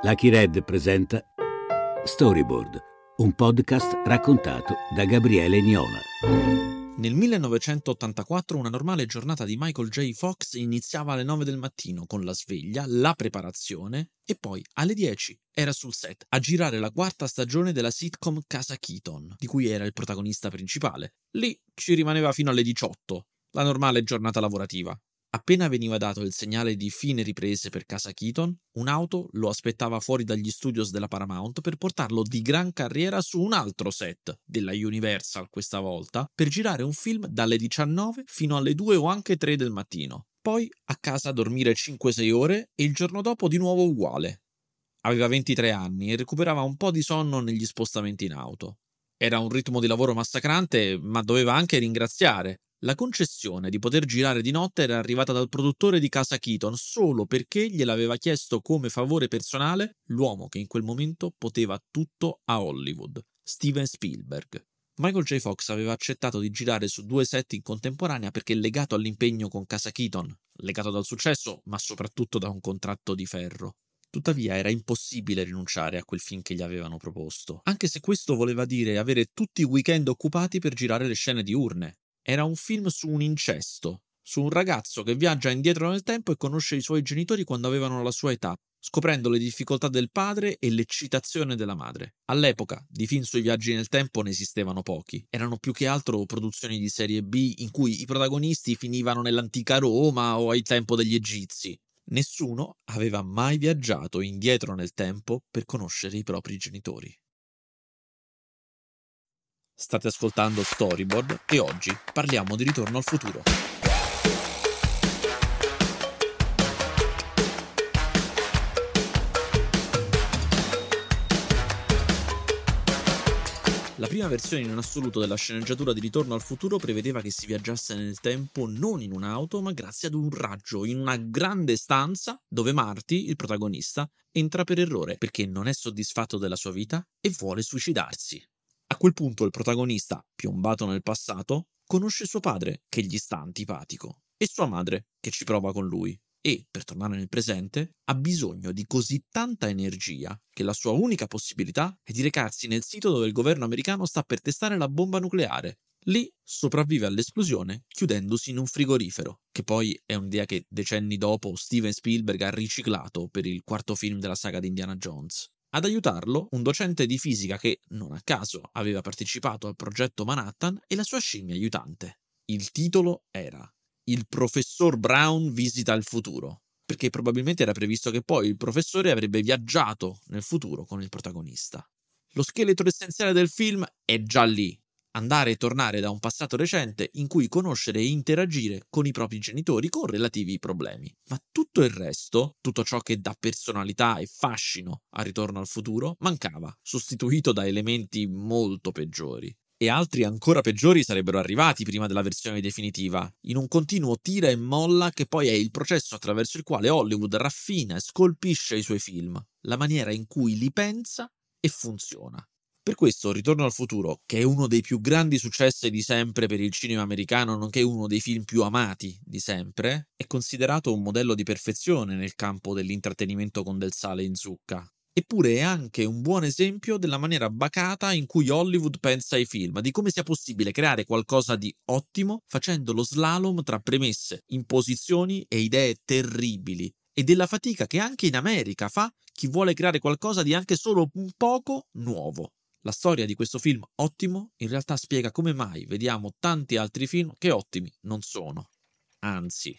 Lucky Red presenta Storyboard, un podcast raccontato da Gabriele Niola. Nel 1984 una normale giornata di Michael J. Fox iniziava alle 9 del mattino con la sveglia, la preparazione e poi alle 10 era sul set a girare la quarta stagione della sitcom Casa Keaton, di cui era il protagonista principale. Lì ci rimaneva fino alle 18, la normale giornata lavorativa. Appena veniva dato il segnale di fine riprese per Casa Keaton, un'auto lo aspettava fuori dagli studios della Paramount per portarlo di gran carriera su un altro set, della Universal questa volta, per girare un film dalle 19 fino alle 2 o anche 3 del mattino. Poi a casa a dormire 5-6 ore e il giorno dopo di nuovo uguale. Aveva 23 anni e recuperava un po' di sonno negli spostamenti in auto. Era un ritmo di lavoro massacrante, ma doveva anche ringraziare. La concessione di poter girare di notte era arrivata dal produttore di Casa Keaton solo perché gliel'aveva chiesto come favore personale l'uomo che in quel momento poteva tutto a Hollywood, Steven Spielberg. Michael J. Fox aveva accettato di girare su 2 set in contemporanea perché legato all'impegno con Casa Keaton, legato dal successo, ma soprattutto da un contratto di ferro. Tuttavia era impossibile rinunciare a quel film che gli avevano proposto, anche se questo voleva dire avere tutti i weekend occupati per girare le scene diurne. Era un film su un incesto, su un ragazzo che viaggia indietro nel tempo e conosce i suoi genitori quando avevano la sua età, scoprendo le difficoltà del padre e l'eccitazione della madre. All'epoca, di film sui viaggi nel tempo ne esistevano pochi. Erano più che altro produzioni di serie B in cui i protagonisti finivano nell'antica Roma o al tempo degli Egizi. Nessuno aveva mai viaggiato indietro nel tempo per conoscere i propri genitori. State ascoltando Storyboard e oggi parliamo di Ritorno al futuro. La prima versione in assoluto della sceneggiatura di Ritorno al futuro prevedeva che si viaggiasse nel tempo non in un'auto, ma grazie ad un raggio, in una grande stanza dove Marty, il protagonista, entra per errore perché non è soddisfatto della sua vita e vuole suicidarsi. A quel punto il protagonista, piombato nel passato, conosce suo padre, che gli sta antipatico, e sua madre, che ci prova con lui, e, per tornare nel presente, ha bisogno di così tanta energia che la sua unica possibilità è di recarsi nel sito dove il governo americano sta per testare la bomba nucleare. Lì sopravvive all'esplosione chiudendosi in un frigorifero, che poi è un'idea che decenni dopo Steven Spielberg ha riciclato per il quarto film della saga di Indiana Jones. Ad aiutarlo, un docente di fisica che, non a caso, aveva partecipato al progetto Manhattan e la sua scimmia aiutante. Il titolo era Il professor Brown visita il futuro, perché probabilmente era previsto che poi il professore avrebbe viaggiato nel futuro con il protagonista. Lo scheletro essenziale del film è già lì. Andare e tornare da un passato recente in cui conoscere e interagire con i propri genitori con relativi problemi. Ma tutto il resto, tutto ciò che dà personalità e fascino a Ritorno al futuro, mancava, sostituito da elementi molto peggiori. E altri ancora peggiori sarebbero arrivati prima della versione definitiva, in un continuo tira e molla che poi è il processo attraverso il quale Hollywood raffina e scolpisce i suoi film, la maniera in cui li pensa e funziona. Per questo Ritorno al futuro, che è uno dei più grandi successi di sempre per il cinema americano, nonché uno dei film più amati di sempre, è considerato un modello di perfezione nel campo dell'intrattenimento con del sale in zucca. Eppure è anche un buon esempio della maniera bacata in cui Hollywood pensa ai film, di come sia possibile creare qualcosa di ottimo facendo lo slalom tra premesse, imposizioni e idee terribili, e della fatica che anche in America fa chi vuole creare qualcosa di anche solo un poco nuovo. La storia di questo film ottimo in realtà spiega come mai vediamo tanti altri film che ottimi non sono. Anzi,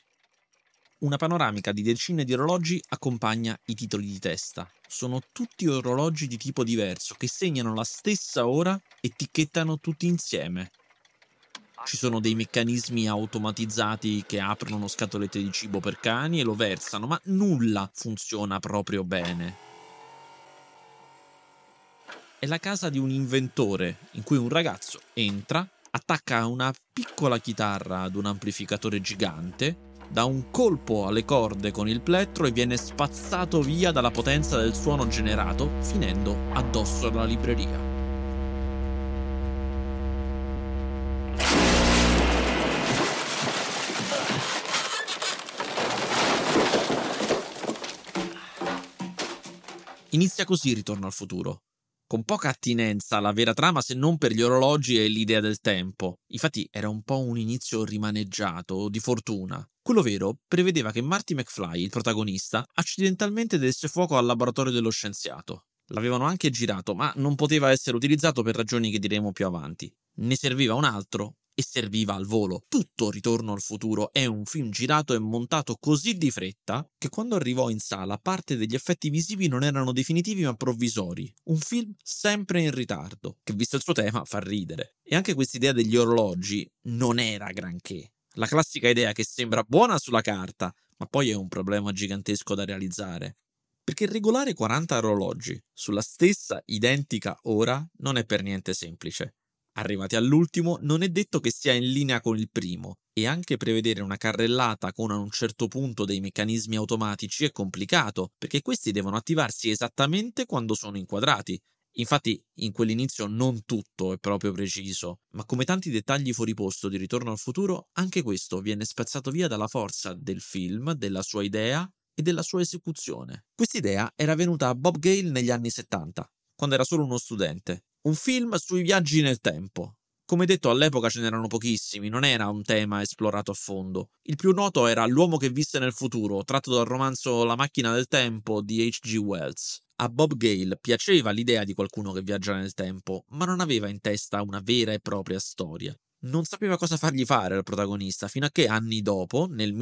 una panoramica di decine di orologi accompagna i titoli di testa. Sono tutti orologi di tipo diverso che segnano la stessa ora e ticchettano tutti insieme. Ci sono dei meccanismi automatizzati che aprono scatolette di cibo per cani e lo versano, ma nulla funziona proprio bene. È la casa di un inventore in cui un ragazzo entra, attacca una piccola chitarra ad un amplificatore gigante, dà un colpo alle corde con il plettro e viene spazzato via dalla potenza del suono generato, finendo addosso alla libreria. Inizia così Ritorno al futuro, con poca attinenza alla vera trama se non per gli orologi e l'idea del tempo. Infatti era un po' un inizio rimaneggiato, di fortuna. Quello vero prevedeva che Marty McFly, il protagonista, accidentalmente desse fuoco al laboratorio dello scienziato. L'avevano anche girato, ma non poteva essere utilizzato per ragioni che diremo più avanti. Ne serviva un altro e serviva al volo. Tutto Ritorno al futuro è un film girato e montato così di fretta che quando arrivò in sala parte degli effetti visivi non erano definitivi ma provvisori. Un film sempre in ritardo, che visto il suo tema fa ridere. E anche quest'idea degli orologi non era granché. La classica idea che sembra buona sulla carta, ma poi è un problema gigantesco da realizzare. Perché regolare 40 orologi sulla stessa identica ora non è per niente semplice. Arrivati all'ultimo, non è detto che sia in linea con il primo, e anche prevedere una carrellata con a un certo punto dei meccanismi automatici è complicato, perché questi devono attivarsi esattamente quando sono inquadrati. Infatti, in quell'inizio non tutto è proprio preciso, ma come tanti dettagli fuori posto di Ritorno al futuro, anche questo viene spezzato via dalla forza del film, della sua idea e della sua esecuzione. Quest'idea era venuta a Bob Gale negli anni 70, quando era solo uno studente. Un film sui viaggi nel tempo. Come detto, all'epoca ce n'erano pochissimi, non era un tema esplorato a fondo. Il più noto era L'uomo che visse nel futuro, tratto dal romanzo La macchina del tempo di H.G. Wells. A Bob Gale piaceva l'idea di qualcuno che viaggia nel tempo, ma non aveva in testa una vera e propria storia. Non sapeva cosa fargli fare al protagonista, fino a che anni dopo, nel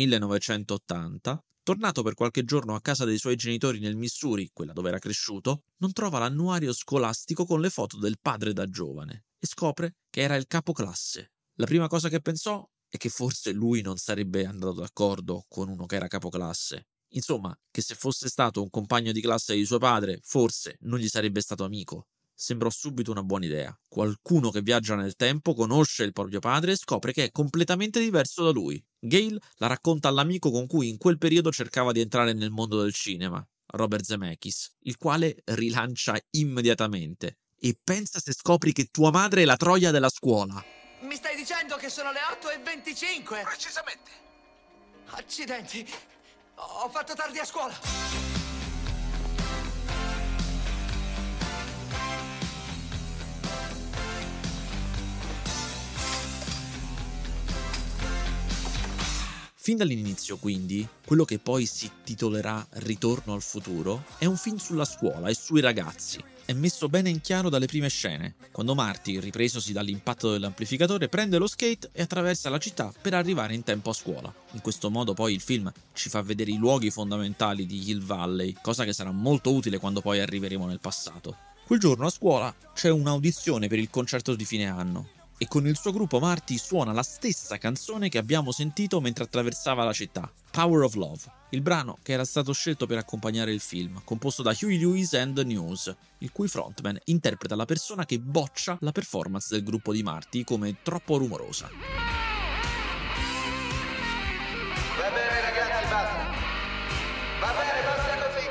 1980, tornato per qualche giorno a casa dei suoi genitori nel Missouri, quella dove era cresciuto, non trova l'annuario scolastico con le foto del padre da giovane e scopre che era il capoclasse. La prima cosa che pensò è che forse lui non sarebbe andato d'accordo con uno che era capoclasse. Insomma, che se fosse stato un compagno di classe di suo padre, forse non gli sarebbe stato amico. Sembrò subito una buona idea. Qualcuno che viaggia nel tempo conosce il proprio padre e scopre che è completamente diverso da lui. Gale la racconta all'amico con cui in quel periodo cercava di entrare nel mondo del cinema, Robert Zemeckis, il quale rilancia immediatamente. E pensa se scopri che tua madre è la troia della scuola. Mi stai dicendo che sono le 8:25? Precisamente. Accidenti, ho fatto tardi a scuola. Fin dall'inizio, quindi, quello che poi si titolerà Ritorno al futuro è un film sulla scuola e sui ragazzi. È messo bene in chiaro dalle prime scene, quando Marty, ripresosi dall'impatto dell'amplificatore, prende lo skate e attraversa la città per arrivare in tempo a scuola. In questo modo poi il film ci fa vedere i luoghi fondamentali di Hill Valley, cosa che sarà molto utile quando poi arriveremo nel passato. Quel giorno a scuola c'è un'audizione per il concerto di fine anno, e con il suo gruppo Marty suona la stessa canzone che abbiamo sentito mentre attraversava la città, Power of Love, il brano che era stato scelto per accompagnare il film, composto da Huey Lewis and the News, il cui frontman interpreta la persona che boccia la performance del gruppo di Marty come troppo rumorosa. Va bene ragazzi, basta. Va bene, basta così.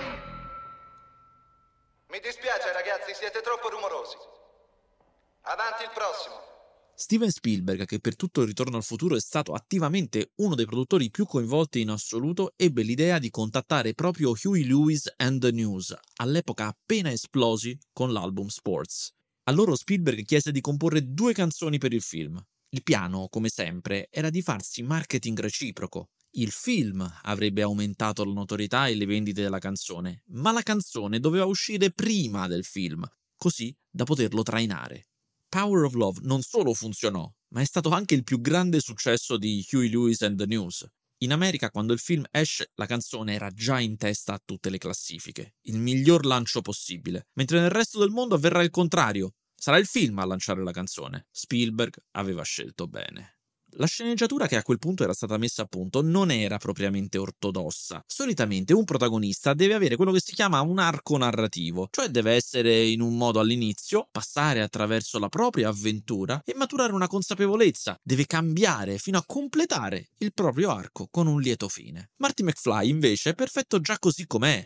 Mi dispiace ragazzi, siete troppo rumorosi. Avanti il prossimo. Steven Spielberg, che per tutto il Ritorno al futuro è stato attivamente uno dei produttori più coinvolti in assoluto, ebbe l'idea di contattare proprio Huey Lewis and the News, all'epoca appena esplosi con l'album Sports. A loro Spielberg chiese di comporre 2 canzoni per il film. Il piano, come sempre, era di farsi marketing reciproco. Il film avrebbe aumentato la notorietà e le vendite della canzone, ma la canzone doveva uscire prima del film, così da poterlo trainare. Power of Love non solo funzionò, ma è stato anche il più grande successo di Huey Lewis and the News. In America, quando il film esce, la canzone era già in testa a tutte le classifiche, il miglior lancio possibile, mentre nel resto del mondo avverrà il contrario. Sarà il film a lanciare la canzone. Spielberg aveva scelto bene. La sceneggiatura che a quel punto era stata messa a punto non era propriamente ortodossa. Solitamente un protagonista deve avere quello che si chiama un arco narrativo, cioè deve essere in un modo all'inizio, passare attraverso la propria avventura e maturare una consapevolezza, deve cambiare fino a completare il proprio arco con un lieto fine. Marty McFly invece è perfetto già così com'è.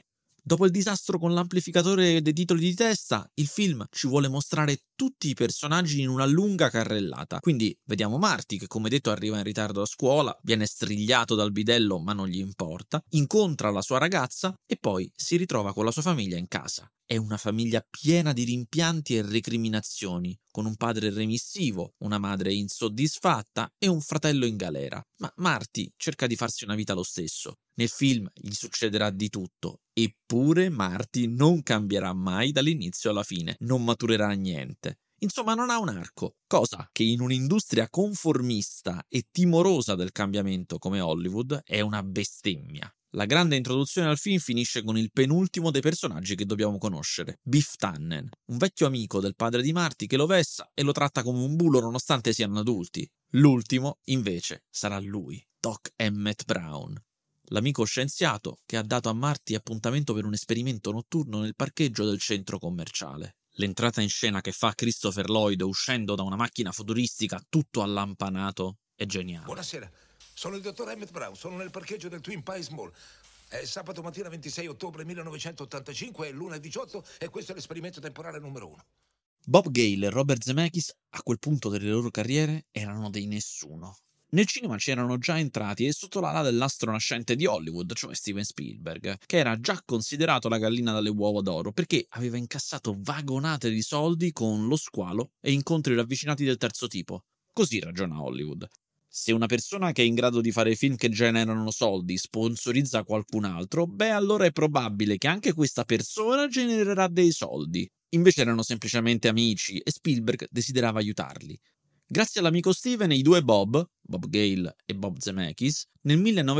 Dopo il disastro con l'amplificatore dei titoli di testa, il film ci vuole mostrare tutti i personaggi in una lunga carrellata. Quindi vediamo Marty che, come detto, arriva in ritardo a scuola, viene strigliato dal bidello ma non gli importa, incontra la sua ragazza e poi si ritrova con la sua famiglia in casa. È una famiglia piena di rimpianti e recriminazioni, con un padre remissivo, una madre insoddisfatta e un fratello in galera. Ma Marty cerca di farsi una vita lo stesso. Nel film gli succederà di tutto, eppure Marty non cambierà mai dall'inizio alla fine, non maturerà niente. Insomma, non ha un arco, cosa che in un'industria conformista e timorosa del cambiamento come Hollywood è una bestemmia. La grande introduzione al film finisce con il penultimo dei personaggi che dobbiamo conoscere, Biff Tannen, un vecchio amico del padre di Marty che lo vessa e lo tratta come un bullo nonostante siano adulti. L'ultimo, invece, sarà lui, Doc Emmett Brown, l'amico scienziato che ha dato a Marty appuntamento per un esperimento notturno nel parcheggio del centro commerciale. L'entrata in scena che fa Christopher Lloyd uscendo da una macchina futuristica tutto allampanato è geniale. Buonasera, sono il dottor Emmett Brown, sono nel parcheggio del Twin Pines Mall. È sabato mattina 26 ottobre 1985, è l'una e 18 e questo è l'esperimento temporale numero 1. Bob Gale e Robert Zemeckis a quel punto delle loro carriere erano dei nessuno. Nel cinema c'erano già entrati e sotto l'ala dell'astro nascente di Hollywood, cioè Steven Spielberg, che era già considerato la gallina dalle uova d'oro perché aveva incassato vagonate di soldi con Lo squalo e Incontri ravvicinati del terzo tipo. Così ragiona Hollywood. Se una persona che è in grado di fare film che generano soldi sponsorizza qualcun altro, beh allora è probabile che anche questa persona genererà dei soldi. Invece erano semplicemente amici e Spielberg desiderava aiutarli. Grazie all'amico Steven, i due Bob Gale e Bob Zemeckis, nel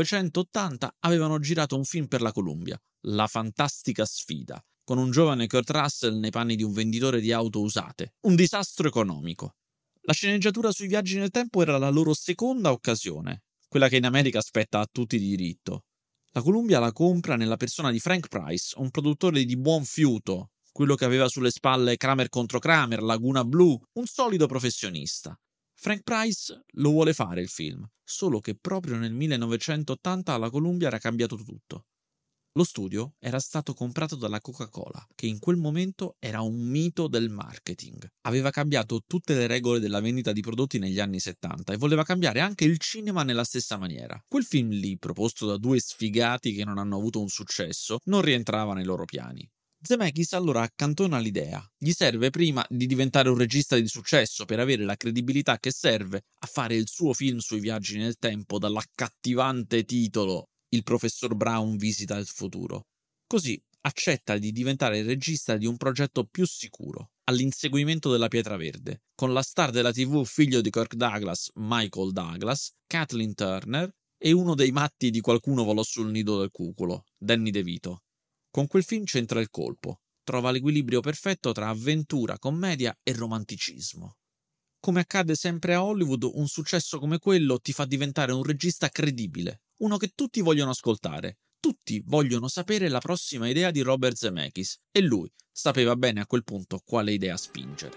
1980 avevano girato un film per la Columbia, La fantastica sfida, con un giovane Kurt Russell nei panni di un venditore di auto usate. Un disastro economico. La sceneggiatura sui viaggi nel tempo era la loro seconda occasione, quella che in America aspetta a tutti di diritto. La Columbia la compra nella persona di Frank Price, un produttore di buon fiuto, quello che aveva sulle spalle Kramer contro Kramer, Laguna Blu, un solido professionista. Frank Price lo vuole fare il film, solo che proprio nel 1980 alla Columbia era cambiato tutto. Lo studio era stato comprato dalla Coca-Cola, che in quel momento era un mito del marketing. Aveva cambiato tutte le regole della vendita di prodotti negli anni 70 e voleva cambiare anche il cinema nella stessa maniera. Quel film lì, proposto da due sfigati che non hanno avuto un successo, non rientrava nei loro piani. Zemeckis allora accantona l'idea. Gli serve prima di diventare un regista di successo per avere la credibilità che serve a fare il suo film sui viaggi nel tempo dall'accattivante titolo Il professor Brown visita il futuro. Così accetta di diventare il regista di un progetto più sicuro, all'inseguimento della pietra verde, con la star della TV figlio di Kirk Douglas, Michael Douglas, Kathleen Turner e uno dei matti di Qualcuno volò sul nido del cuculo, Danny DeVito. Con quel film c'entra il colpo, trova l'equilibrio perfetto tra avventura, commedia e romanticismo. Come accade sempre a Hollywood, un successo come quello ti fa diventare un regista credibile, uno che tutti vogliono ascoltare, tutti vogliono sapere la prossima idea di Robert Zemeckis e lui sapeva bene a quel punto quale idea spingere.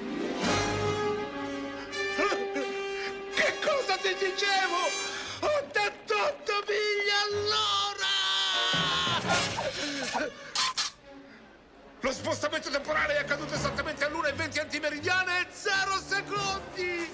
Che cosa ti dicevo? 88 miglia all'ora! Lo spostamento temporale è accaduto esattamente all'1:20 antimeridiane e 0 secondi!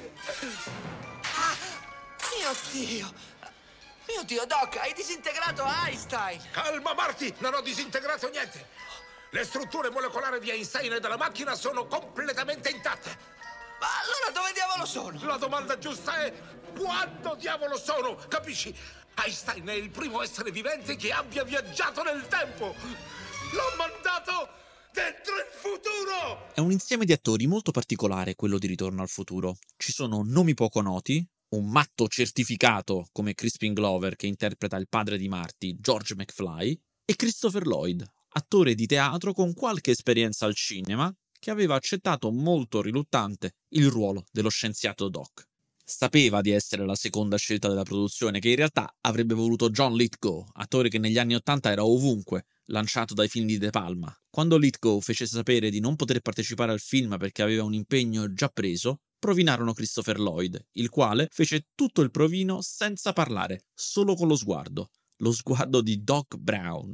Mio Dio, Doc, hai disintegrato Einstein! Calma, Marty! Non ho disintegrato niente! Le strutture molecolari di Einstein e della macchina sono completamente intatte! Ma allora dove diavolo sono? La domanda giusta è: quando diavolo sono? Capisci? Einstein è il primo essere vivente che abbia viaggiato nel tempo! L'ho mandato dentro il futuro! È un insieme di attori molto particolare quello di Ritorno al futuro. Ci sono nomi poco noti, un matto certificato come Crispin Glover che interpreta il padre di Marty, George McFly, e Christopher Lloyd, attore di teatro con qualche esperienza al cinema, che aveva accettato molto riluttante il ruolo dello scienziato Doc. Sapeva di essere la seconda scelta della produzione, che in realtà avrebbe voluto John Lithgow, attore che negli anni '80 era ovunque, lanciato dai film di De Palma. Quando Lithgow fece sapere di non poter partecipare al film perché aveva un impegno già preso, provinarono Christopher Lloyd, il quale fece tutto il provino senza parlare, solo con lo sguardo di Doc Brown,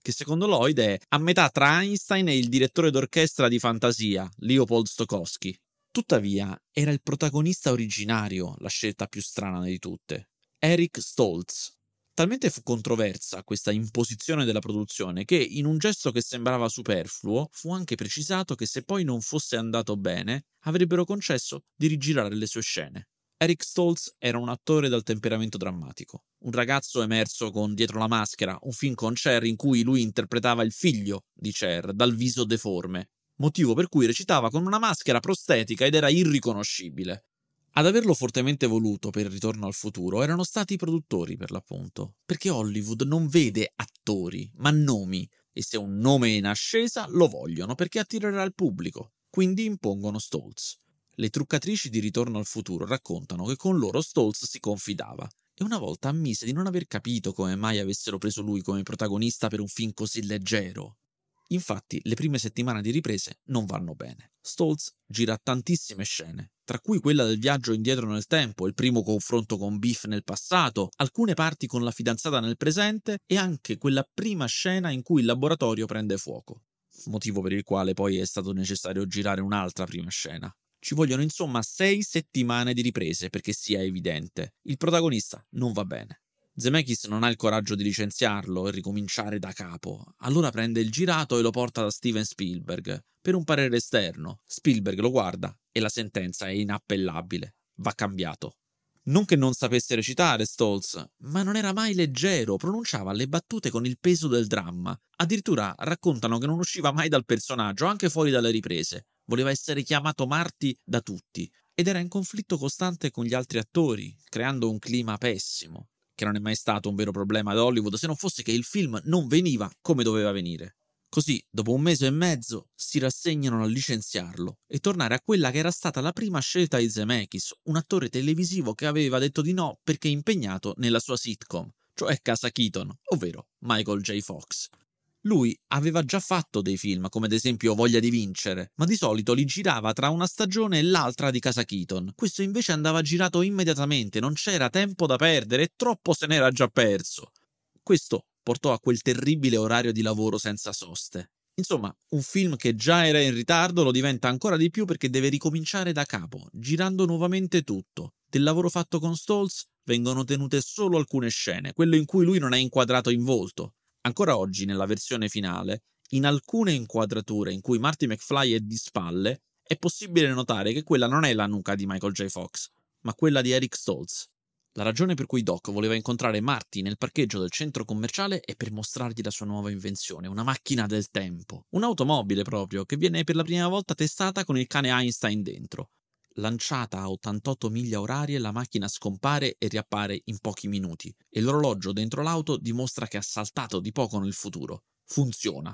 che secondo Lloyd è a metà tra Einstein e il direttore d'orchestra di Fantasia, Leopold Stokowski. Tuttavia, era il protagonista originario la scelta più strana di tutte, Eric Stoltz. Talmente fu controversa questa imposizione della produzione che, in un gesto che sembrava superfluo, fu anche precisato che se poi non fosse andato bene, avrebbero concesso di rigirare le sue scene. Eric Stoltz era un attore dal temperamento drammatico, un ragazzo emerso con Dietro la maschera, un film con Cher in cui lui interpretava il figlio di Cher, dal viso deforme, motivo per cui recitava con una maschera prostetica ed era irriconoscibile. Ad averlo fortemente voluto per Ritorno al futuro erano stati i produttori, per l'appunto, perché Hollywood non vede attori, ma nomi, e se un nome è in ascesa lo vogliono perché attirerà il pubblico, quindi impongono Stoltz. Le truccatrici di Ritorno al futuro raccontano che con loro Stoltz si confidava e una volta ammise di non aver capito come mai avessero preso lui come protagonista per un film così leggero. Infatti, le prime settimane di riprese non vanno bene. Stoltz gira tantissime scene, tra cui quella del viaggio indietro nel tempo, il primo confronto con Biff nel passato, alcune parti con la fidanzata nel presente e anche quella prima scena in cui il laboratorio prende fuoco. Motivo per il quale poi è stato necessario girare un'altra prima scena. Ci vogliono insomma 6 settimane di riprese perché sia evidente. Il protagonista non va bene. Zemeckis non ha il coraggio di licenziarlo e ricominciare da capo, allora prende il girato e lo porta da Steven Spielberg per un parere esterno. Spielberg lo guarda e la sentenza è inappellabile, va cambiato. Non che non sapesse recitare Stoltz, ma non era mai leggero, pronunciava le battute con il peso del dramma. Addirittura raccontano che non usciva mai dal personaggio, anche fuori dalle riprese. Voleva essere chiamato Marty da tutti ed era in conflitto costante con gli altri attori, creando un clima pessimo, che non è mai stato un vero problema ad Hollywood se non fosse che il film non veniva come doveva venire. Così, dopo 1 mese e mezzo, si rassegnano a licenziarlo e tornare a quella che era stata la prima scelta di Zemeckis, un attore televisivo che aveva detto di no perché impegnato nella sua sitcom, cioè Casa Keaton, ovvero Michael J. Fox. Lui aveva già fatto dei film, come ad esempio Voglia di vincere, ma di solito li girava tra una stagione e l'altra di Casa Keaton. Questo invece andava girato immediatamente, non c'era tempo da perdere e troppo se n'era già perso. Questo portò a quel terribile orario di lavoro senza soste. Insomma, un film che già era in ritardo lo diventa ancora di più perché deve ricominciare da capo, girando nuovamente tutto. Del lavoro fatto con Stoltz vengono tenute solo alcune scene, quello in cui lui non è inquadrato in volto. Ancora oggi, nella versione finale, in alcune inquadrature in cui Marty McFly è di spalle, è possibile notare che quella non è la nuca di Michael J. Fox, ma quella di Eric Stoltz. La ragione per cui Doc voleva incontrare Marty nel parcheggio del centro commerciale è per mostrargli la sua nuova invenzione, una macchina del tempo. Un'automobile proprio, che viene per la prima volta testata con il cane Einstein dentro. Lanciata a 88 miglia orarie, la macchina scompare e riappare in pochi minuti e l'orologio dentro l'auto dimostra che ha saltato di poco nel futuro. Funziona.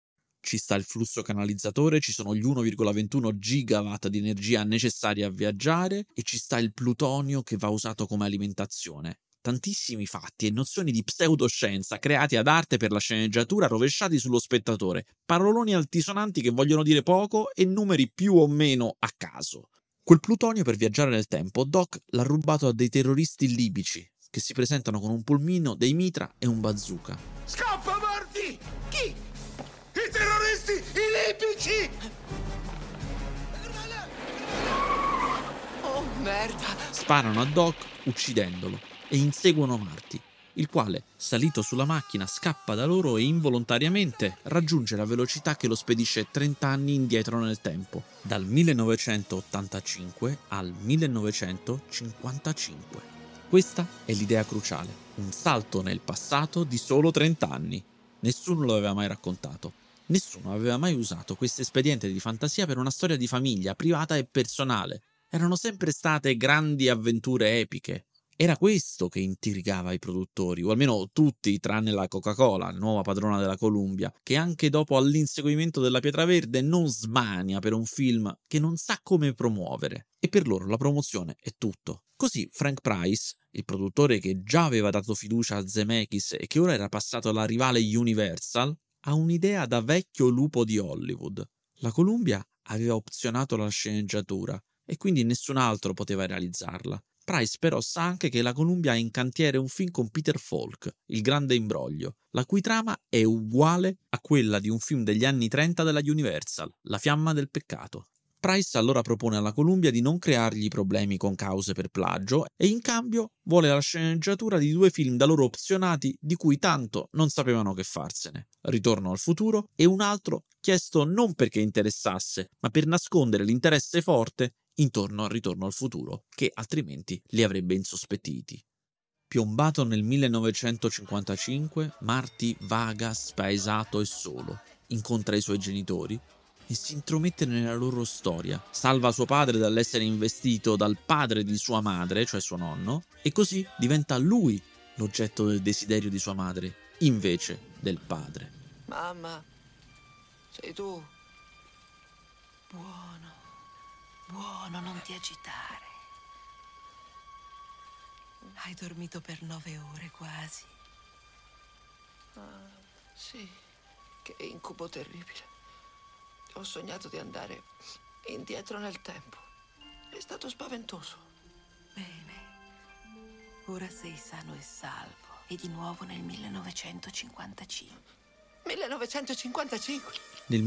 Ci sta il flusso canalizzatore, ci sono gli 1,21 gigawatt di energia necessari a viaggiare e ci sta il plutonio che va usato come alimentazione. Tantissimi fatti e nozioni di pseudoscienza creati ad arte per la sceneggiatura rovesciati sullo spettatore, paroloni altisonanti che vogliono dire poco e numeri più o meno a caso. Quel plutonio per viaggiare nel tempo Doc l'ha rubato a dei terroristi libici che si presentano con un pulmino, dei mitra e un bazooka. Scappa, Marty! Chi? I terroristi! I libici! Oh, merda! Sparano a Doc uccidendolo e inseguono Marty, il quale, salito sulla macchina, scappa da loro e involontariamente raggiunge la velocità che lo spedisce 30 anni indietro nel tempo, dal 1985 al 1955. Questa è l'idea cruciale, un salto nel passato di solo 30 anni. Nessuno lo aveva mai raccontato. Nessuno aveva mai usato questo espediente di fantasia per una storia di famiglia, privata e personale. Erano sempre state grandi avventure epiche. Era questo che intrigava i produttori, o almeno tutti, tranne la Coca-Cola, nuova padrona della Columbia, che anche dopo all'inseguimento della Pietra Verde non smania per un film che non sa come promuovere. E per loro la promozione è tutto. Così Frank Price, il produttore che già aveva dato fiducia a Zemeckis e che ora era passato alla rivale Universal, ha un'idea da vecchio lupo di Hollywood. La Columbia aveva opzionato la sceneggiatura e quindi nessun altro poteva realizzarla. Price però sa anche che la Columbia ha in cantiere un film con Peter Falk, Il grande imbroglio, la cui trama è uguale a quella di un film degli anni 30 della Universal, La fiamma del peccato. Price allora propone alla Columbia di non creargli problemi con cause per plagio e in cambio vuole la sceneggiatura di 2 film da loro opzionati di cui tanto non sapevano che farsene, Ritorno al futuro e un altro chiesto non perché interessasse, ma per nascondere l'interesse forte intorno al Ritorno al futuro, che altrimenti li avrebbe insospettiti. Piombato nel 1955, Marty vaga, spaesato e solo, incontra i suoi genitori e si intromette nella loro storia, salva suo padre dall'essere investito dal padre di sua madre, cioè suo nonno, e così diventa lui l'oggetto del desiderio di sua madre, invece del padre. Mamma, sei tu? Buono, buono, non ti agitare. Hai dormito per 9 ore quasi. Ah, sì, che incubo terribile. Ho sognato di andare indietro nel tempo. È stato spaventoso. Bene. Ora sei sano e salvo. E di nuovo nel 1955. 1955? Nel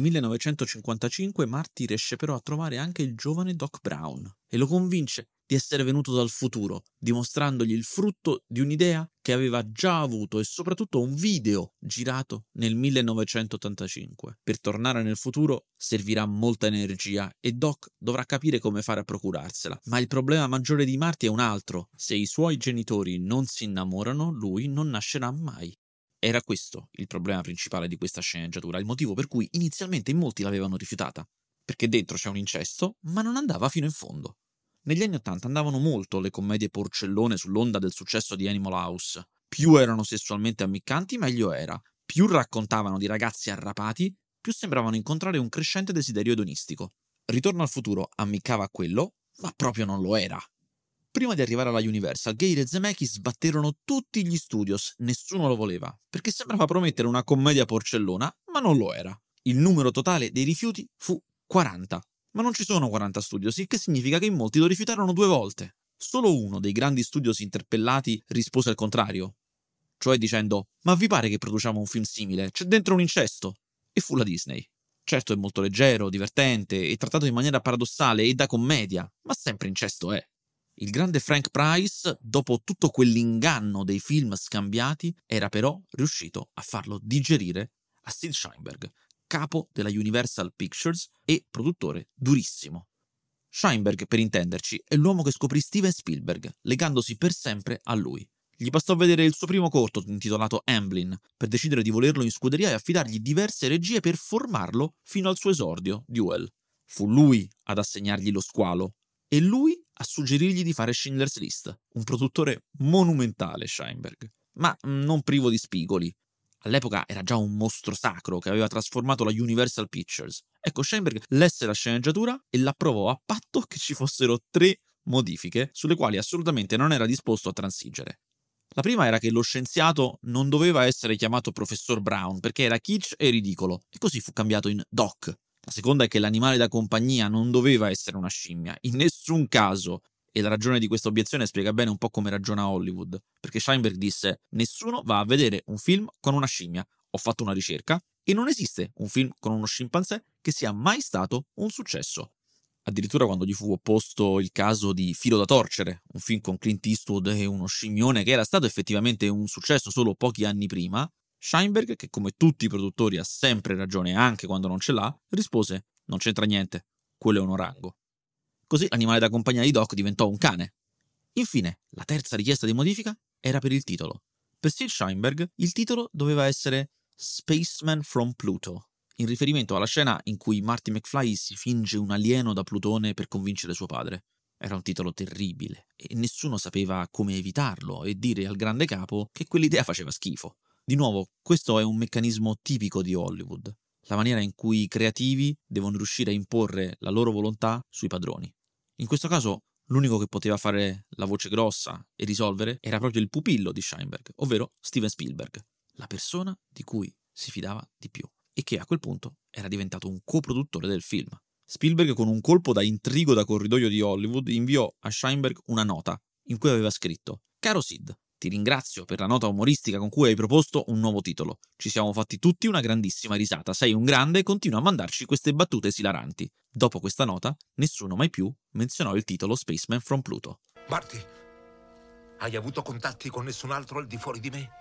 1955 Marty riesce però a trovare anche il giovane Doc Brown e lo convince di essere venuto dal futuro, dimostrandogli il frutto di un'idea che aveva già avuto e soprattutto un video girato nel 1985. Per tornare nel futuro servirà molta energia e Doc dovrà capire come fare a procurarsela. Ma il problema maggiore di Marty è un altro: se i suoi genitori non si innamorano, lui non nascerà mai. Era questo il problema principale di questa sceneggiatura, il motivo per cui inizialmente in molti l'avevano rifiutata, perché dentro c'è un incesto, ma non andava fino in fondo. Negli anni '80 andavano molto le commedie porcellone sull'onda del successo di Animal House. Più erano sessualmente ammiccanti, meglio era. Più raccontavano di ragazzi arrapati, più sembravano incontrare un crescente desiderio edonistico. Ritorno al futuro ammiccava a quello, ma proprio non lo era. Prima di arrivare alla Universal, Gale e Zemeckis sbatterono tutti gli studios, nessuno lo voleva, perché sembrava promettere una commedia porcellona, ma non lo era. Il numero totale dei rifiuti fu 40. Ma non ci sono 40 studios, il che significa che in molti lo rifiutarono 2 volte. Solo uno dei grandi studios interpellati rispose al contrario, cioè dicendo: ma vi pare che produciamo un film simile? C'è dentro un incesto? E fu la Disney. Certo è molto leggero, divertente e trattato in maniera paradossale e da commedia, ma sempre incesto è. Il grande Frank Price, dopo tutto quell'inganno dei film scambiati, era però riuscito a farlo digerire a Sid Sheinberg, capo della Universal Pictures e produttore durissimo. Sheinberg, per intenderci, è l'uomo che scoprì Steven Spielberg, legandosi per sempre a lui. Gli bastò vedere il suo primo corto intitolato Amblin per decidere di volerlo in scuderia e affidargli diverse regie per formarlo fino al suo esordio, Duel. Fu lui ad assegnargli lo squalo e lui a suggerirgli di fare Schindler's List, un produttore monumentale Sheinberg, ma non privo di spigoli. All'epoca era già un mostro sacro che aveva trasformato la Universal Pictures. Ecco, Sheinberg lesse la sceneggiatura e l'approvò a patto che ci fossero 3 modifiche sulle quali assolutamente non era disposto a transigere. La prima era che lo scienziato non doveva essere chiamato Professor Brown perché era kitsch e ridicolo, e così fu cambiato in Doc. La seconda è che l'animale da compagnia non doveva essere una scimmia, in nessun caso. E la ragione di questa obiezione spiega bene un po' come ragiona Hollywood, perché Sheinberg disse: nessuno va a vedere un film con una scimmia. Ho fatto una ricerca e non esiste un film con uno scimpanzé che sia mai stato un successo. Addirittura quando gli fu opposto il caso di Filo da torcere, un film con Clint Eastwood e uno scimmione che era stato effettivamente un successo solo pochi anni prima, Sheinberg, che come tutti i produttori ha sempre ragione anche quando non ce l'ha, rispose: non c'entra niente, quello è un orango. Così l'animale da compagnia di Doc diventò un cane. Infine, la terza richiesta di modifica era per il titolo. Per Sid Sheinberg il titolo doveva essere Spaceman from Pluto, in riferimento alla scena in cui Marty McFly si finge un alieno da Plutone per convincere suo padre. Era un titolo terribile e nessuno sapeva come evitarlo e dire al grande capo che quell'idea faceva schifo. Di nuovo, questo è un meccanismo tipico di Hollywood, la maniera in cui i creativi devono riuscire a imporre la loro volontà sui padroni. In questo caso, l'unico che poteva fare la voce grossa e risolvere era proprio il pupillo di Sheinberg, ovvero Steven Spielberg, la persona di cui si fidava di più e che a quel punto era diventato un coproduttore del film. Spielberg, con un colpo da intrigo da corridoio di Hollywood, inviò a Sheinberg una nota in cui aveva scritto: «Caro Sid, ti ringrazio per la nota umoristica con cui hai proposto un nuovo titolo. Ci siamo fatti tutti una grandissima risata. Sei un grande e continua a mandarci queste battute esilaranti». Dopo questa nota, nessuno mai più menzionò il titolo Spaceman from Pluto. Marty, hai avuto contatti con nessun altro al di fuori di me?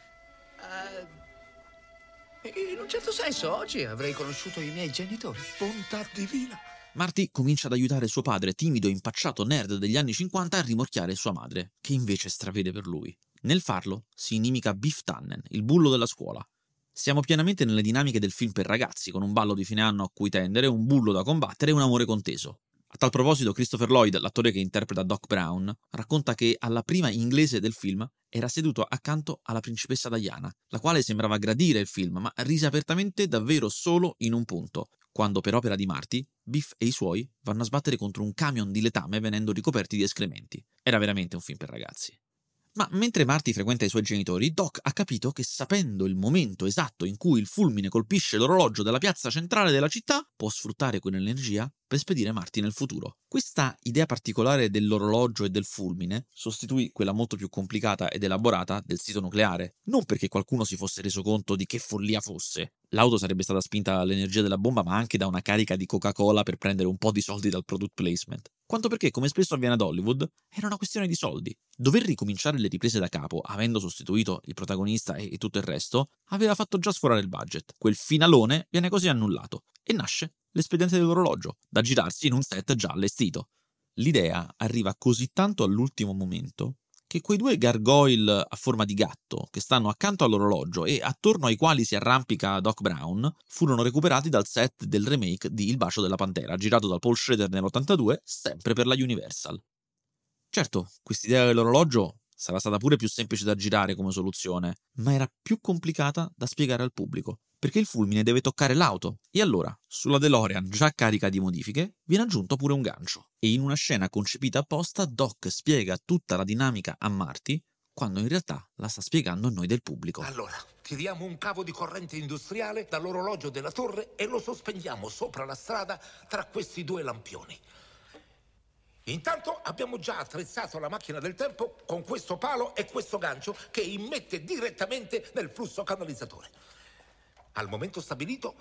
In un certo senso, oggi avrei conosciuto i miei genitori. Bontà divina. Marty comincia ad aiutare suo padre, timido e impacciato nerd degli anni 50, a rimorchiare sua madre, che invece stravede per lui. Nel farlo si inimica Biff Tannen, il bullo della scuola. Siamo pienamente nelle dinamiche del film per ragazzi, con un ballo di fine anno a cui tendere, un bullo da combattere e un amore conteso. A tal proposito, Christopher Lloyd, l'attore che interpreta Doc Brown, racconta che alla prima inglese del film era seduto accanto alla principessa Diana, la quale sembrava gradire il film, ma rise apertamente davvero solo in un punto, quando per opera di Marty, Biff e i suoi vanno a sbattere contro un camion di letame venendo ricoperti di escrementi. Era veramente un film per ragazzi. Ma mentre Marty frequenta i suoi genitori, Doc ha capito che, sapendo il momento esatto in cui il fulmine colpisce l'orologio della piazza centrale della città, può sfruttare quell'energia per spedire Marty nel futuro. Questa idea particolare dell'orologio e del fulmine sostituì quella molto più complicata ed elaborata del sito nucleare, non perché qualcuno si fosse reso conto di che follia fosse. L'auto sarebbe stata spinta dall'energia della bomba, ma anche da una carica di Coca-Cola per prendere un po' di soldi dal product placement. Quanto perché, come spesso avviene ad Hollywood, era una questione di soldi. Dover ricominciare le riprese da capo, avendo sostituito il protagonista e tutto il resto, aveva fatto già sforare il budget. Quel finalone viene così annullato e nasce l'espediente dell'orologio, da girarsi in un set già allestito. L'idea arriva così tanto all'ultimo momento che quei due gargoyle a forma di gatto che stanno accanto all'orologio e attorno ai quali si arrampica Doc Brown furono recuperati dal set del remake di Il bacio della pantera, girato da Paul Schrader nell'82, sempre per la Universal. Certo, quest'idea dell'orologio sarà stata pure più semplice da girare come soluzione, ma era più complicata da spiegare al pubblico, perché il fulmine deve toccare l'auto, e allora, sulla DeLorean già carica di modifiche, viene aggiunto pure un gancio. E in una scena concepita apposta, Doc spiega tutta la dinamica a Marty, quando in realtà la sta spiegando a noi del pubblico. Allora, tiriamo un cavo di corrente industriale dall'orologio della torre e lo sospendiamo sopra la strada tra questi due lampioni. Intanto abbiamo già attrezzato la macchina del tempo con questo palo e questo gancio che immette direttamente nel flusso canalizzatore. Al momento stabilito,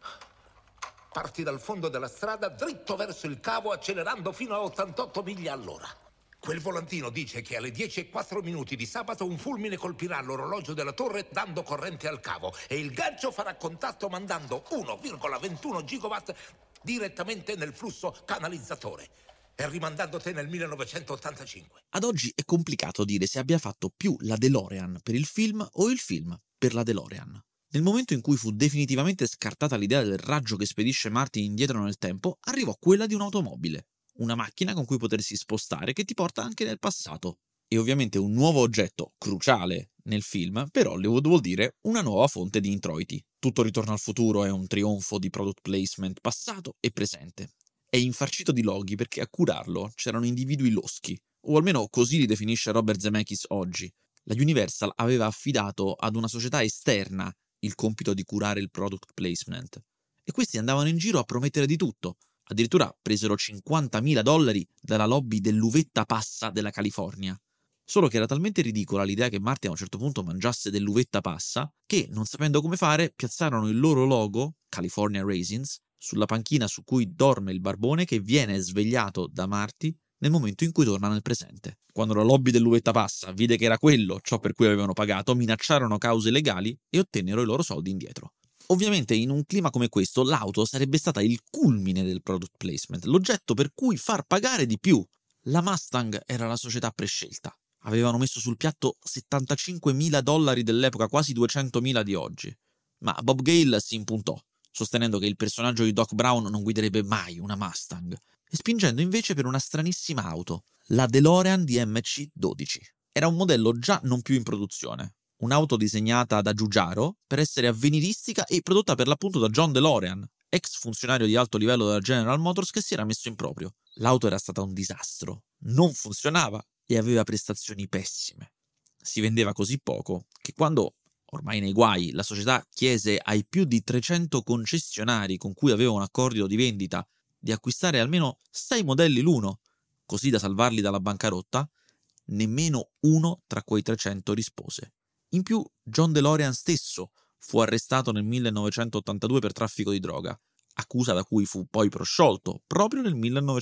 parti dal fondo della strada dritto verso il cavo accelerando fino a 88 miglia all'ora. Quel volantino dice che alle 10:04 di sabato un fulmine colpirà l'orologio della torre dando corrente al cavo e il gancio farà contatto mandando 1,21 gigawatt direttamente nel flusso canalizzatore e rimandando te nel 1985. Ad oggi è complicato dire se abbia fatto più la DeLorean per il film o il film per la DeLorean. Nel momento in cui fu definitivamente scartata l'idea del raggio che spedisce Marty indietro nel tempo, arrivò quella di un'automobile, una macchina con cui potersi spostare che ti porta anche nel passato. E ovviamente un nuovo oggetto cruciale nel film per Hollywood vuol dire una nuova fonte di introiti. Tutto Ritorno al futuro è un trionfo di product placement passato e presente. È infarcito di loghi perché a curarlo c'erano individui loschi, o almeno così li definisce Robert Zemeckis oggi. La Universal aveva affidato ad una società esterna il compito di curare il product placement, e questi andavano in giro a promettere di tutto. Addirittura presero $50.000 dalla lobby dell'uvetta passa della California. Solo che era talmente ridicola l'idea che Marty a un certo punto mangiasse dell'uvetta passa che, non sapendo come fare, piazzarono il loro logo, California Raisins, sulla panchina su cui dorme il barbone che viene svegliato da Marty nel momento in cui torna nel presente. Quando la lobby dell'uvetta passa vide che era quello ciò per cui avevano pagato, minacciarono cause legali e ottennero i loro soldi indietro. Ovviamente in un clima come questo l'auto sarebbe stata il culmine del product placement, l'oggetto per cui far pagare di più. La Mustang era la società prescelta. Avevano messo sul piatto $75.000 dell'epoca, quasi 200.000 di oggi. Ma Bob Gale si impuntò, sostenendo che il personaggio di Doc Brown non guiderebbe mai una Mustang, e spingendo invece per una stranissima auto, la DeLorean DMC-12. Era un modello già non più in produzione, un'auto disegnata da Giugiaro per essere avveniristica e prodotta per l'appunto da John DeLorean, ex funzionario di alto livello della General Motors che si era messo in proprio. L'auto era stata un disastro, non funzionava e aveva prestazioni pessime. Si vendeva così poco che quando, ormai nei guai, la società chiese ai più di 300 concessionari con cui aveva un accordo di vendita di acquistare almeno 6 modelli l'uno, così da salvarli dalla bancarotta, nemmeno uno tra quei 300 rispose. In più, John DeLorean stesso fu arrestato nel 1982 per traffico di droga, accusa da cui fu poi prosciolto proprio nel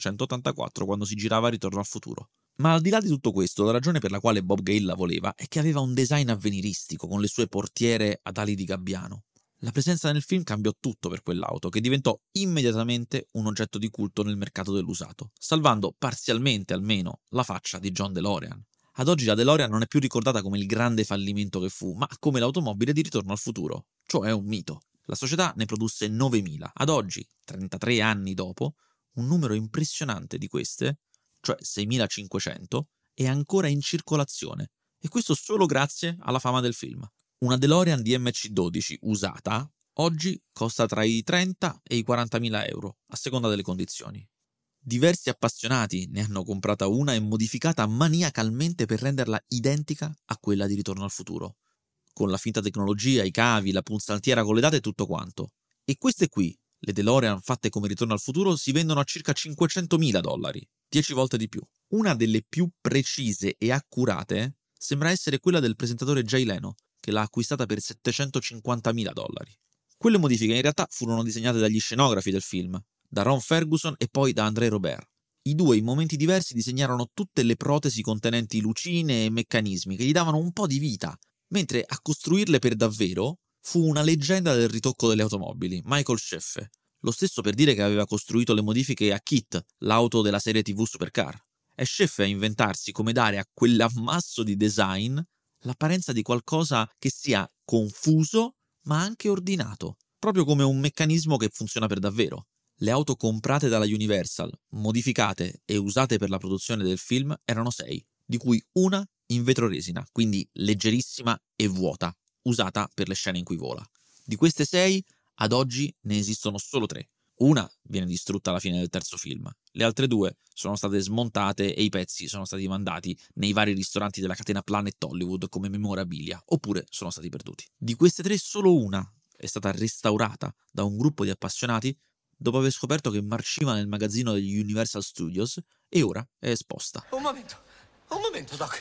1984 quando si girava Ritorno al futuro. Ma al di là di tutto questo, la ragione per la quale Bob Gale la voleva è che aveva un design avveniristico con le sue portiere ad ali di gabbiano. La presenza nel film cambiò tutto per quell'auto, che diventò immediatamente un oggetto di culto nel mercato dell'usato, salvando parzialmente almeno la faccia di John DeLorean. Ad oggi la DeLorean non è più ricordata come il grande fallimento che fu, ma come l'automobile di Ritorno al futuro, cioè un mito. La società ne produsse 9.000. Ad oggi, 33 anni dopo, un numero impressionante di queste, cioè 6.500, è ancora in circolazione, e questo solo grazie alla fama del film. Una DeLorean DMC-12 usata oggi costa tra i 30 e i 40.000 euro, a seconda delle condizioni. Diversi appassionati ne hanno comprata una e modificata maniacalmente per renderla identica a quella di Ritorno al futuro, con la finta tecnologia, i cavi, la pulsantiera con le date e tutto quanto. E queste qui, le DeLorean fatte come Ritorno al futuro, si vendono a circa $500.000, 10 volte di più. Una delle più precise e accurate sembra essere quella del presentatore Jay Leno, che l'ha acquistata per $750.000. Quelle modifiche in realtà furono disegnate dagli scenografi del film, da Ron Ferguson e poi da André Robert. I due in momenti diversi disegnarono tutte le protesi contenenti lucine e meccanismi che gli davano un po' di vita, mentre a costruirle per davvero fu una leggenda del ritocco delle automobili, Michael Scheffe, lo stesso per dire che aveva costruito le modifiche a KITT, l'auto della serie TV Supercar. È Scheffe a inventarsi come dare a quell'ammasso di design l'apparenza di qualcosa che sia confuso ma anche ordinato, proprio come un meccanismo che funziona per davvero. Le auto comprate dalla Universal, modificate e usate per la produzione del film erano 6, di cui una in vetroresina, quindi leggerissima e vuota, usata per le scene in cui vola. Di queste 6, ad oggi ne esistono solo 3. Una viene distrutta alla fine del terzo film, le altre 2 sono state smontate e i pezzi sono stati mandati nei vari ristoranti della catena Planet Hollywood come memorabilia, oppure sono stati perduti. Di queste 3 solo una è stata restaurata da un gruppo di appassionati dopo aver scoperto che marciva nel magazzino degli Universal Studios e ora è esposta. Un momento, Doc.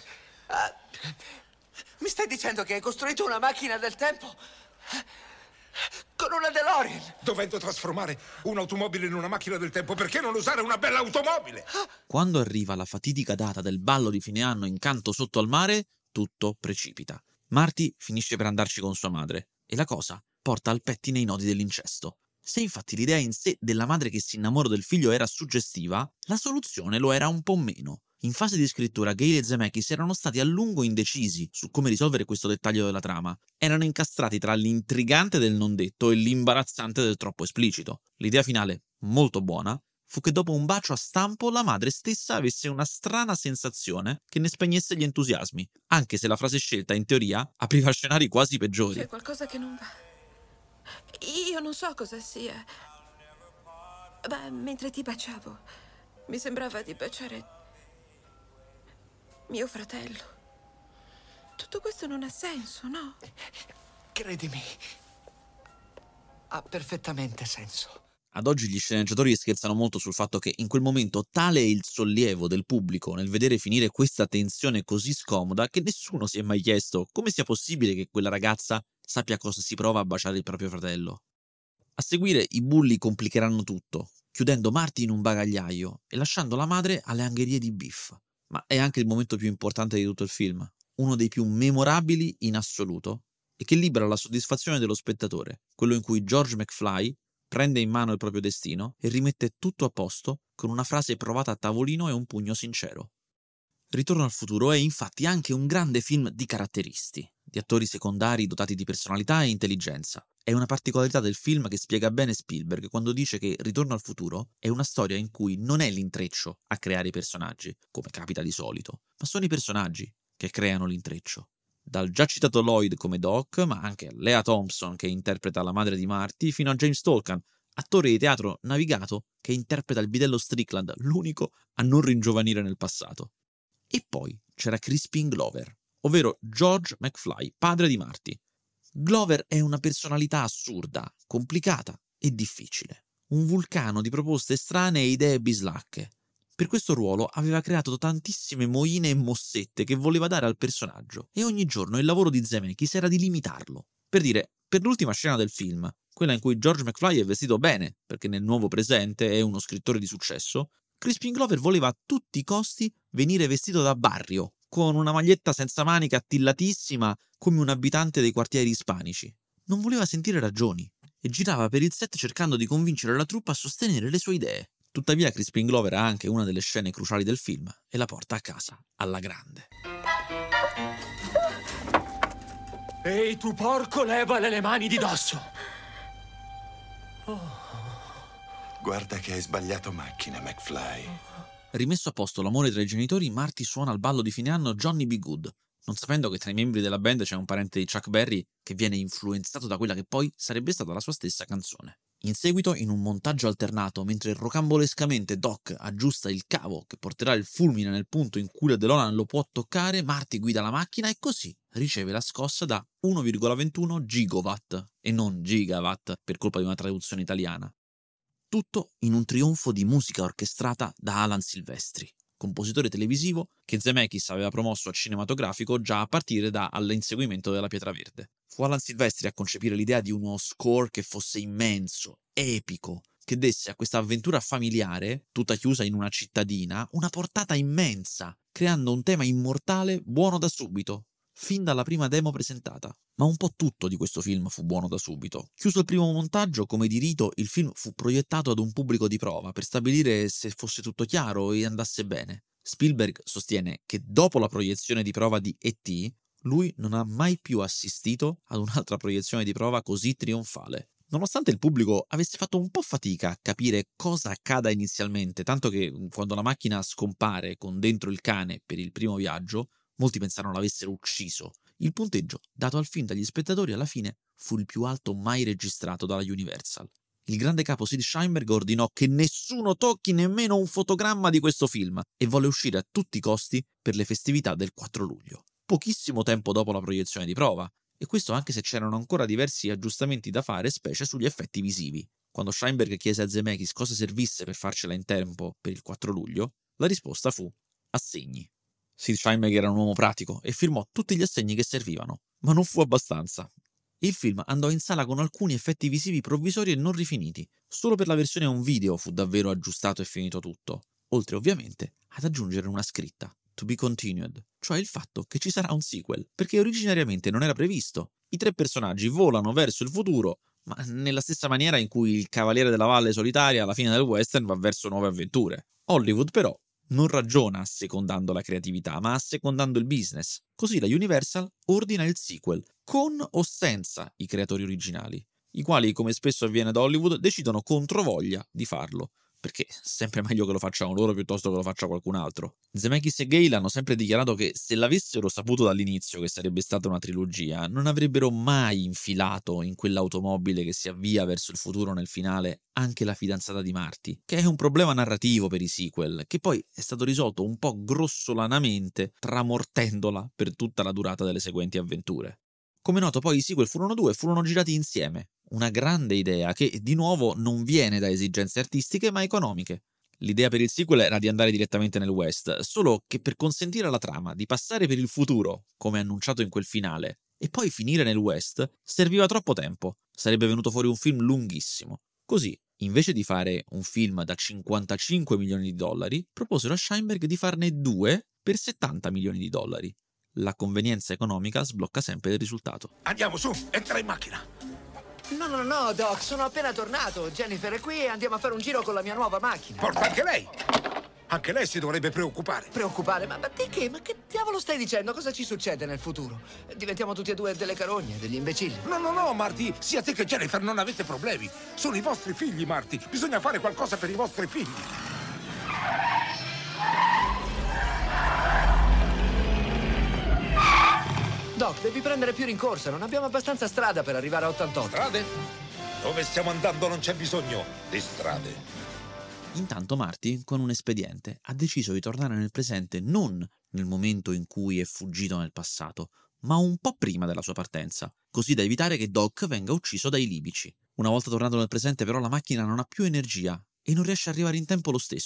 Mi stai dicendo che hai costruito una macchina del tempo? Con una DeLorean? Dovendo trasformare un'automobile in una macchina del tempo, perché non usare una bella automobile? Quando arriva la fatidica data del ballo di fine anno in Canto sotto al mare, tutto precipita. Marty finisce per andarci con sua madre e la cosa porta al pettine i nodi dell'incesto. Se infatti l'idea in sé della madre che si innamora del figlio era suggestiva, la soluzione lo era un po' meno. In fase di scrittura Gale e Zemeckis erano stati a lungo indecisi su come risolvere questo dettaglio della trama. Erano incastrati tra l'intrigante del non detto e l'imbarazzante del troppo esplicito. L'idea finale, molto buona, fu che dopo un bacio a stampo la madre stessa avesse una strana sensazione che ne spegnesse gli entusiasmi, anche se la frase scelta in teoria apriva scenari quasi peggiori. C'è qualcosa che non va. Io non so cosa sia. Ma mentre ti baciavo, mi sembrava di baciare mio fratello. Tutto questo non ha senso, no? Credimi, ha perfettamente senso. Ad oggi gli sceneggiatori scherzano molto sul fatto che in quel momento tale è il sollievo del pubblico nel vedere finire questa tensione così scomoda che nessuno si è mai chiesto come sia possibile che quella ragazza sappia cosa si prova a baciare il proprio fratello. A seguire i bulli complicheranno tutto, chiudendo Marty in un bagagliaio e lasciando la madre alle angherie di Biff. Ma è anche il momento più importante di tutto il film, uno dei più memorabili in assoluto, e che libera la soddisfazione dello spettatore, quello in cui George McFly prende in mano il proprio destino e rimette tutto a posto con una frase provata a tavolino e un pugno sincero. Ritorno al futuro è infatti anche un grande film di caratteristi, di attori secondari dotati di personalità e intelligenza. È una particolarità del film che spiega bene Spielberg quando dice che Ritorno al futuro è una storia in cui non è l'intreccio a creare i personaggi, come capita di solito, ma sono i personaggi che creano l'intreccio. Dal già citato Lloyd come Doc, ma anche Lea Thompson che interpreta la madre di Marty, fino a James Tolkan, attore di teatro navigato che interpreta il bidello Strickland, l'unico a non ringiovanire nel passato. E poi c'era Crispin Glover, ovvero George McFly, padre di Marty. Glover è una personalità assurda, complicata e difficile. Un vulcano di proposte strane e idee bislacche. Per questo ruolo aveva creato tantissime moine e mossette che voleva dare al personaggio, e ogni giorno il lavoro di Zemeckis era di limitarlo. Per dire, per l'ultima scena del film, quella in cui George McFly è vestito bene, perché nel nuovo presente è uno scrittore di successo, Crispin Glover voleva a tutti i costi venire vestito da barrio, con una maglietta senza maniche attillatissima come un abitante dei quartieri ispanici. Non voleva sentire ragioni e girava per il set cercando di convincere la troupe a sostenere le sue idee. Tuttavia Crispin Glover ha anche una delle scene cruciali del film e la porta a casa alla grande. Ehi, tu porco, levale le mani di dosso! Guarda che hai sbagliato macchina, McFly. Rimesso a posto l'amore tra i genitori, Marty suona al ballo di fine anno Johnny B. Good, non sapendo che tra i membri della band c'è un parente di Chuck Berry che viene influenzato da quella che poi sarebbe stata la sua stessa canzone. In seguito, in un montaggio alternato, mentre rocambolescamente Doc aggiusta il cavo che porterà il fulmine nel punto in cui la DeLorean lo può toccare, Marty guida la macchina e così riceve la scossa da 1,21 gigawatt e non gigawatt per colpa di una traduzione italiana. Tutto in un trionfo di musica orchestrata da Alan Silvestri, compositore televisivo che Zemeckis aveva promosso al cinematografico già a partire dall'inseguimento della Pietra Verde. Fu Alan Silvestri a concepire l'idea di uno score che fosse immenso, epico, che desse a questa avventura familiare, tutta chiusa in una cittadina, una portata immensa, creando un tema immortale buono da subito, fin dalla prima demo presentata. Ma un po' tutto di questo film fu buono da subito. Chiuso il primo montaggio, come di rito, il film fu proiettato ad un pubblico di prova per stabilire se fosse tutto chiaro e andasse bene. Spielberg sostiene che dopo la proiezione di prova di E.T., lui non ha mai più assistito ad un'altra proiezione di prova così trionfale. Nonostante il pubblico avesse fatto un po' fatica a capire cosa accada inizialmente, tanto che quando la macchina scompare con dentro il cane per il primo viaggio, molti pensarono l'avessero ucciso. Il punteggio dato al film dagli spettatori alla fine fu il più alto mai registrato dalla Universal. Il grande capo Sid Sheinberg ordinò che nessuno tocchi nemmeno un fotogramma di questo film e volle uscire a tutti i costi per le festività del 4 luglio. Pochissimo tempo dopo la proiezione di prova, e questo anche se c'erano ancora diversi aggiustamenti da fare, specie sugli effetti visivi. Quando Sheinberg chiese a Zemeckis cosa servisse per farcela in tempo per il 4 luglio, la risposta fu assegni. Sid Sheinberg era un uomo pratico e firmò tutti gli assegni che servivano, ma non fu abbastanza. Il film andò in sala con alcuni effetti visivi provvisori e non rifiniti. Solo per la versione on video fu davvero aggiustato e finito tutto, oltre ovviamente ad aggiungere una scritta, to be continued, cioè il fatto che ci sarà un sequel, perché originariamente non era previsto. I 3 personaggi volano verso il futuro, ma nella stessa maniera in cui il Cavaliere della Valle Solitaria alla fine del western va verso nuove avventure. Hollywood però non ragiona assecondando la creatività, ma assecondando il business. Così la Universal ordina il sequel, con o senza i creatori originali, i quali, come spesso avviene ad Hollywood, decidono controvoglia di farlo, perché è sempre meglio che lo facciano loro piuttosto che lo faccia qualcun altro. Zemeckis e Gale hanno sempre dichiarato che se l'avessero saputo dall'inizio che sarebbe stata una trilogia, non avrebbero mai infilato in quell'automobile che si avvia verso il futuro nel finale anche la fidanzata di Marty, che è un problema narrativo per i sequel, che poi è stato risolto un po' grossolanamente tramortendola per tutta la durata delle seguenti avventure. Come noto poi i sequel furono 2 e furono girati insieme. Una grande idea che, di nuovo, non viene da esigenze artistiche ma economiche. L'idea per il sequel era di andare direttamente nel West, solo che per consentire alla trama di passare per il futuro, come annunciato in quel finale, e poi finire nel West, serviva troppo tempo. Sarebbe venuto fuori un film lunghissimo. Così, invece di fare un film da 55 milioni di dollari, proposero a Sheinberg di farne 2 per 70 milioni di dollari. La convenienza economica sblocca sempre il risultato. Andiamo su, entra in macchina. No, Doc, sono appena tornato. Jennifer è qui e andiamo a fare un giro con la mia nuova macchina. Porta anche lei. Anche lei si dovrebbe preoccupare. Preoccupare? Ma di che? Ma che diavolo stai dicendo? Cosa ci succede nel futuro? Diventiamo tutti e 2 delle carogne, degli imbecilli. No, Marty, sia te che Jennifer non avete problemi. Sono i vostri figli, Marty. Bisogna fare qualcosa per i vostri figli. Doc, devi prendere più rincorsa. Non abbiamo abbastanza strada per arrivare a 88. Strade? Dove stiamo andando non c'è bisogno di strade. Intanto Marty, con un espediente, ha deciso di tornare nel presente non nel momento in cui è fuggito nel passato, ma un po' prima della sua partenza, così da evitare che Doc venga ucciso dai libici. Una volta tornato nel presente però la macchina non ha più energia e non riesce ad arrivare in tempo lo stesso.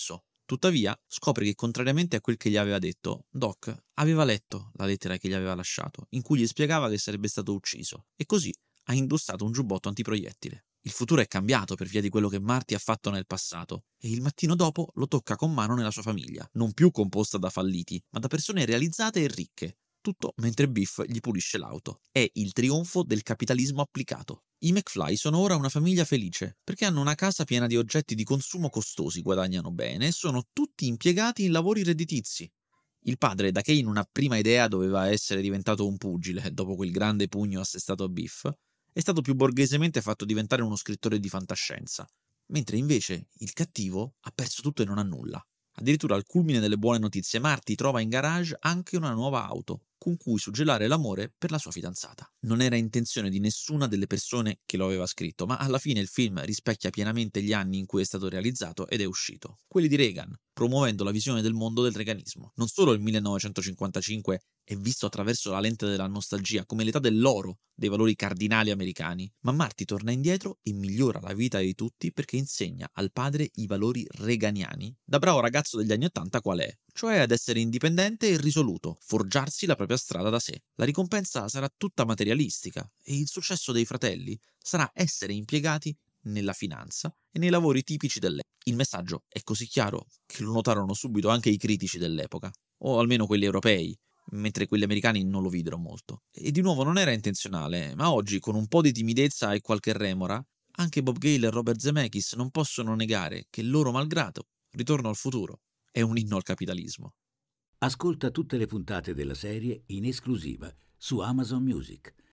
Tuttavia, scopre che contrariamente a quel che gli aveva detto, Doc aveva letto la lettera che gli aveva lasciato, in cui gli spiegava che sarebbe stato ucciso, e così ha indossato un giubbotto antiproiettile. Il futuro è cambiato per via di quello che Marty ha fatto nel passato, e il mattino dopo lo tocca con mano nella sua famiglia, non più composta da falliti, ma da persone realizzate e ricche. Tutto mentre Biff gli pulisce l'auto. È il trionfo del capitalismo applicato. I McFly sono ora una famiglia felice, perché hanno una casa piena di oggetti di consumo costosi, guadagnano bene e sono tutti impiegati in lavori redditizi. Il padre, da che in una prima idea doveva essere diventato un pugile dopo quel grande pugno assestato a Biff, è stato più borghesemente fatto diventare uno scrittore di fantascienza, mentre invece il cattivo ha perso tutto e non ha nulla. Addirittura al culmine delle buone notizie, Marty trova in garage anche una nuova auto, con cui suggellare l'amore per la sua fidanzata. Non era intenzione di nessuna delle persone che lo aveva scritto, ma alla fine il film rispecchia pienamente gli anni in cui è stato realizzato ed è uscito, quelli di Reagan, promuovendo la visione del mondo del reaganismo. Non solo il 1955 è visto attraverso la lente della nostalgia come l'età dell'oro dei valori cardinali americani, ma Marty torna indietro e migliora la vita di tutti perché insegna al padre i valori reaganiani da bravo ragazzo degli anni '80 qual è, cioè ad essere indipendente e risoluto, forgiarsi la propria strada da sé. La ricompensa sarà tutta materialistica e il successo dei fratelli sarà essere impiegati nella finanza e nei lavori tipici dell'epoca. Il messaggio è così chiaro che lo notarono subito anche i critici dell'epoca, o almeno quelli europei, mentre quelli americani non lo videro molto. E di nuovo non era intenzionale, ma oggi, con un po' di timidezza e qualche remora, anche Bob Gale e Robert Zemeckis non possono negare che loro malgrado Ritorno al futuro è un inno al capitalismo. Ascolta tutte le puntate della serie in esclusiva su Amazon Music.